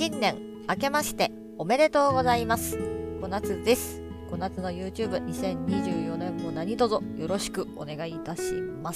新年明けましておめでとうございます。小夏です。小夏の YouTube2024 年も何卒よろしくお願いいたします。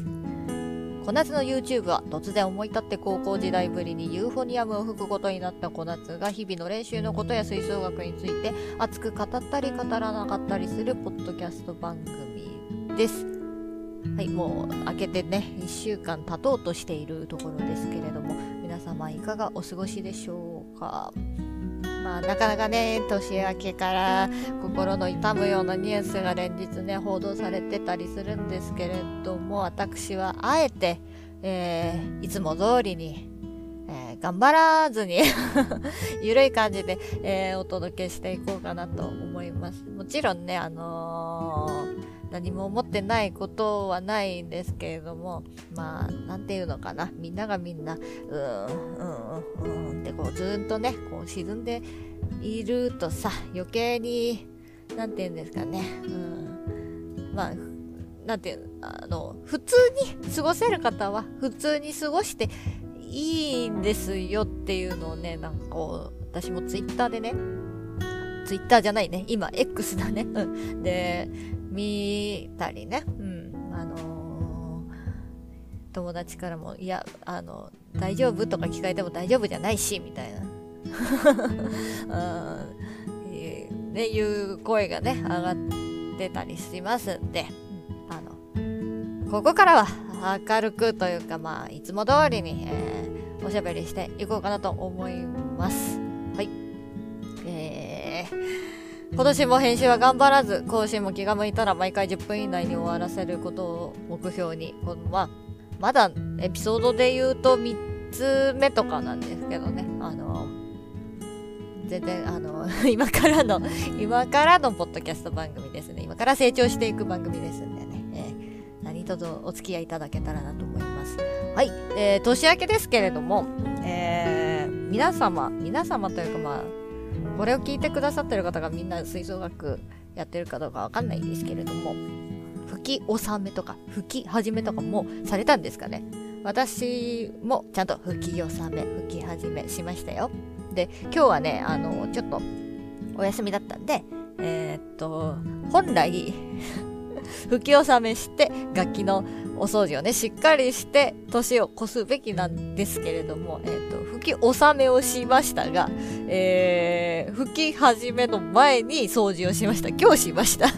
小夏の YouTube は突然思い立って高校時代ぶりにユーフォニアムを吹くことになった小夏が日々の練習のことや吹奏楽について熱く語ったり語らなかったりするポッドキャスト番組です。はい、もう明けてね1週間経とうとしているところですけれども、皆様いかがお過ごしでしょうか。なかなかね年明けから心の痛むようなニュースが連日ね報道されてたりするんですけれども、私はあえて、いつも通りに、頑張らずにゆるい感じで、お届けしていこうかなと思います。もちろんね何も思ってないことはないんですけれども、なんていうのかな、みんながみんなってこうずーんとねこう沈んでいるとさ、余計になんていうんですかね、なんていう普通に過ごせる方は普通に過ごしていいんですよっていうのをね、なんかこう私もツイッターでね、ツイッターじゃないね、今 X だね、で見たりね、友達からもいや大丈夫とか聞かれても大丈夫じゃないしみたいないう声がね上がってたりしますんで、ここからは明るくというかいつも通りに、おしゃべりしていこうかなと思います。はい。今年も編集は頑張らず、更新も気が向いたら毎回10分以内に終わらせることを目標に、まだエピソードで言うと3つ目とかなんですけどね、全然今からのポッドキャスト番組ですね。今から成長していく番組ですんでね、何卒お付き合いいただけたらなと思います。はい、年明けですけれども、皆様というかこれを聞いてくださってる方がみんな吹奏楽やってるかどうかわかんないんですけれども、吹き納めとか吹き始めとかもされたんですかね。私もちゃんと吹き納め吹き始めしましたよ。で今日はねちょっとお休みだったんで本来吹き納めして楽器のお掃除をねしっかりして年を越すべきなんですけれども、吹き納めをしましたが、吹き始めの前に掃除をしました。今日しました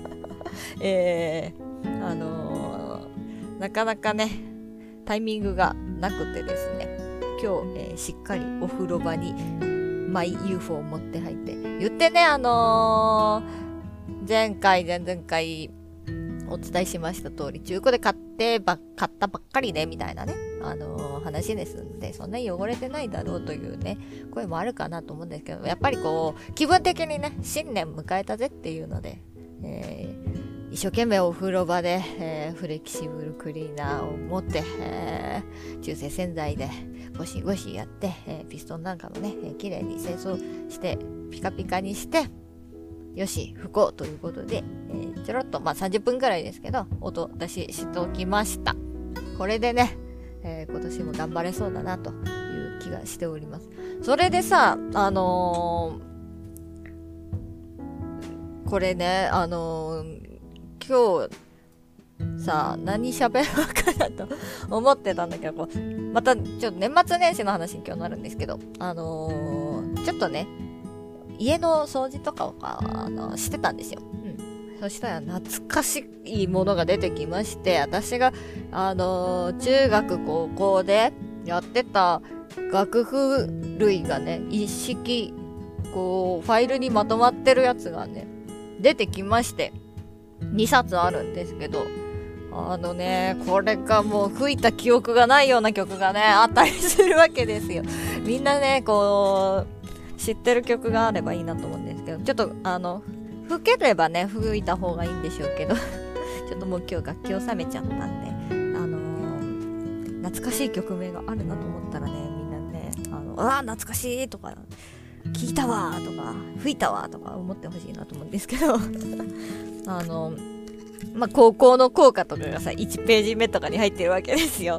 なかなかねタイミングがなくてですね、今日、しっかりお風呂場にマイ UFO を持って入って言ってね、前回お伝えしました通り中古で買ったばっかりねみたいなね話ですんで、そんなに汚れてないだろうというね声もあるかなと思うんですけど、やっぱりこう気分的にね新年迎えたぜっていうので、一生懸命お風呂場で、フレキシブルクリーナーを持って、中性洗剤でゴシゴシやって、ピストンなんかもね、綺麗に清掃してピカピカにしてよし吹こうということで、ちょろっと30分くらいですけど音出ししておきました。これでね、今年も頑張れそうだなという気がしております。それでさこれね今日さ何喋ろうかなと思ってたんだけど、またちょっと年末年始の話に今日なるんですけど、ちょっとね家の掃除とかをしてたんですよ。そしたら懐かしいものが出てきまして、私が中学高校でやってた楽譜類がね一式こうファイルにまとまってるやつがね出てきまして、2冊あるんですけど、これがもう吹いた記憶がないような曲がねあったりするわけですよ。みんなねこう知ってる曲があればいいなと思うんですけど、ちょっと吹ければね吹いた方がいいんでしょうけどちょっともう今日楽器を冷めちゃったんで、懐かしい曲名があるなと思ったらね、みんなね懐かしいとか聞いたわとか吹いたわとか思ってほしいなと思うんですけど高校の校歌とかがさ1ページ目とかに入ってるわけですよ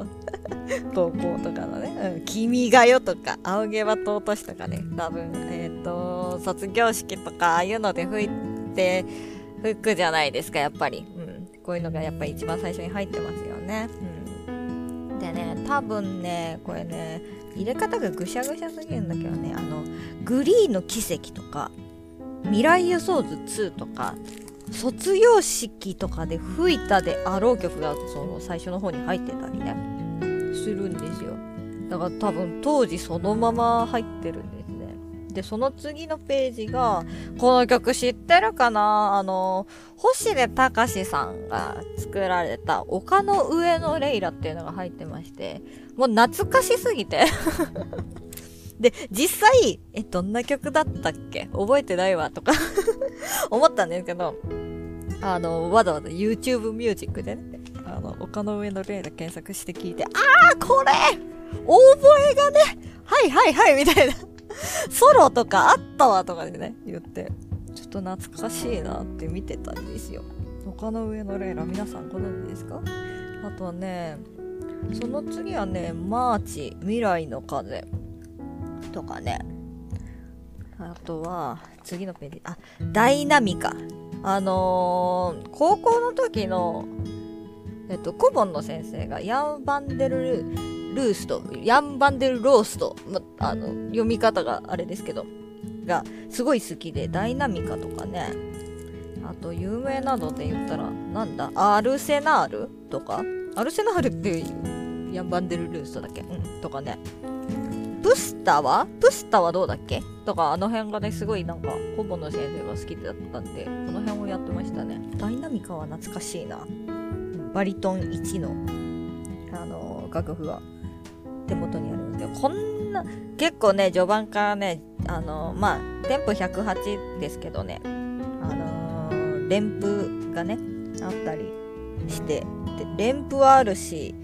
高校とかのね、君が代とか、仰げば尊しとかね、多分、卒業式とか、ああいうので吹くじゃないですか、やっぱり。こういうのがやっぱり一番最初に入ってますよね。でね、多分ね、これね、入れ方がぐしゃぐしゃすぎるんだけどね、グリーの奇跡とか、未来予想図2とか、卒業式とかで吹いたであろう曲がその最初の方に入ってたりね、するんですよ。だから多分当時そのまま入ってるんですね。で、その次のページが、この曲知ってるかな？星出隆さんが作られた丘の上のレイラっていうのが入ってまして、もう懐かしすぎて。で、実際、どんな曲だったっけ？覚えてないわ、とか思ったんですけど、わざわざ YouTube ミュージックでね、丘の上のレイラ検索して聞いて、これ覚えがね、はいはいはいみたいなソロとかあったわとかでね、言って、ちょっと懐かしいなって見てたんですよ。丘の上のレイラ、皆さんご存知ですか？あとはね、その次はね、マーチ、未来の風とかね、あとは、次のページ、ダイナミカ。高校の時の、顧問の先生がヤン・バンデル・ロースト、読み方があれですけど、がすごい好きで、ダイナミカとかね、あと有名なので言ったら、なんだ、アルセナールとか、アルセナールっていうヤン・バンデル・ルーストだっけ？とかね、プスタはどうだっけとか、あの辺がね、すごいなんか、顧問の先生が好きだったんで、この辺をやってましたね。ダイナミカは懐かしいな。バリトン1の、楽譜が手元にあるんですけど、こんな、結構ね、序盤からね、テンポ108ですけどね、連符がね、あったりして、で、連符はあるし、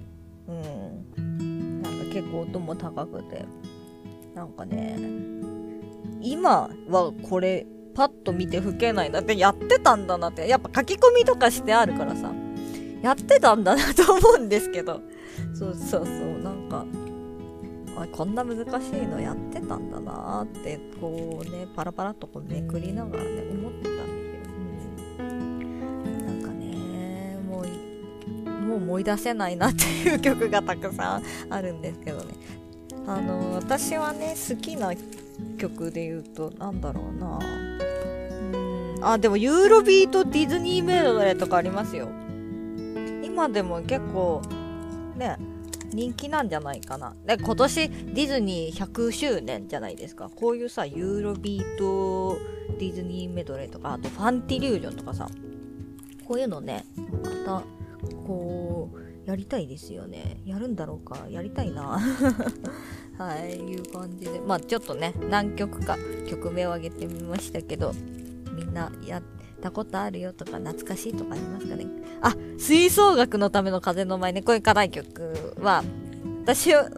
結構音も高くて、なんかね、今はこれパッと見て吹けないなってやってたんだなって、やっぱ書き込みとかしてあるからさ、やってたんだなと思うんですけど、そうなんかこんな難しいのやってたんだなってこうね、パラパラっとこうめくりながらね思ってたんですよ。なんかね、もう思い出せないなっていう曲がたくさんあるんですけどね。私はね、好きな曲で言うと、なんだろうな。でもユーロビートディズニーメドレーとかありますよ。今でも結構、ね、人気なんじゃないかな。で、今年ディズニー100周年じゃないですか。こういうさ、ユーロビートディズニーメドレーとか、あとファンティリュージョンとかさ、こういうのね、また、こう、やりたいですよね。やるんだろうか。やりたいな。はい、いう感じで。ちょっとね、何曲か曲名を挙げてみましたけど、みんなやったことあるよとか、懐かしいとかありますかね。吹奏楽のための風の舞ね。こういう課題曲は、私は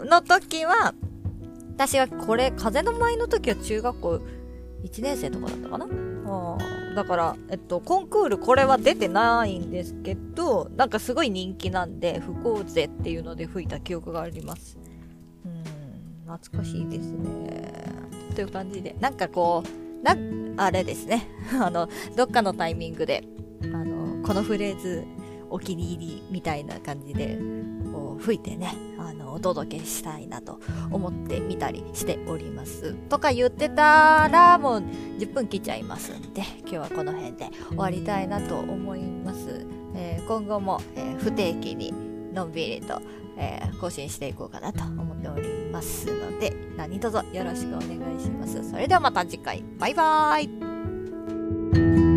これ、風の舞の時は中学校1年生とかだったかな。だから、コンクールこれは出てないんですけど、なんかすごい人気なんで、吹こうぜっていうので吹いた記憶があります。懐かしいですね。という感じで、なんかこう、あれですね。どっかのタイミングで、このフレーズ、お気に入りみたいな感じで、こう吹いてね、お届けしたいなと思ってみたりしております。とか言ってたら、もう10分切っちゃいますんで、今日はこの辺で終わりたいなと思います。今後も、不定期にのんびりと、更新していこうかなと思っておりますので、何卒よろしくお願いします。それではまた次回。バイバーイ。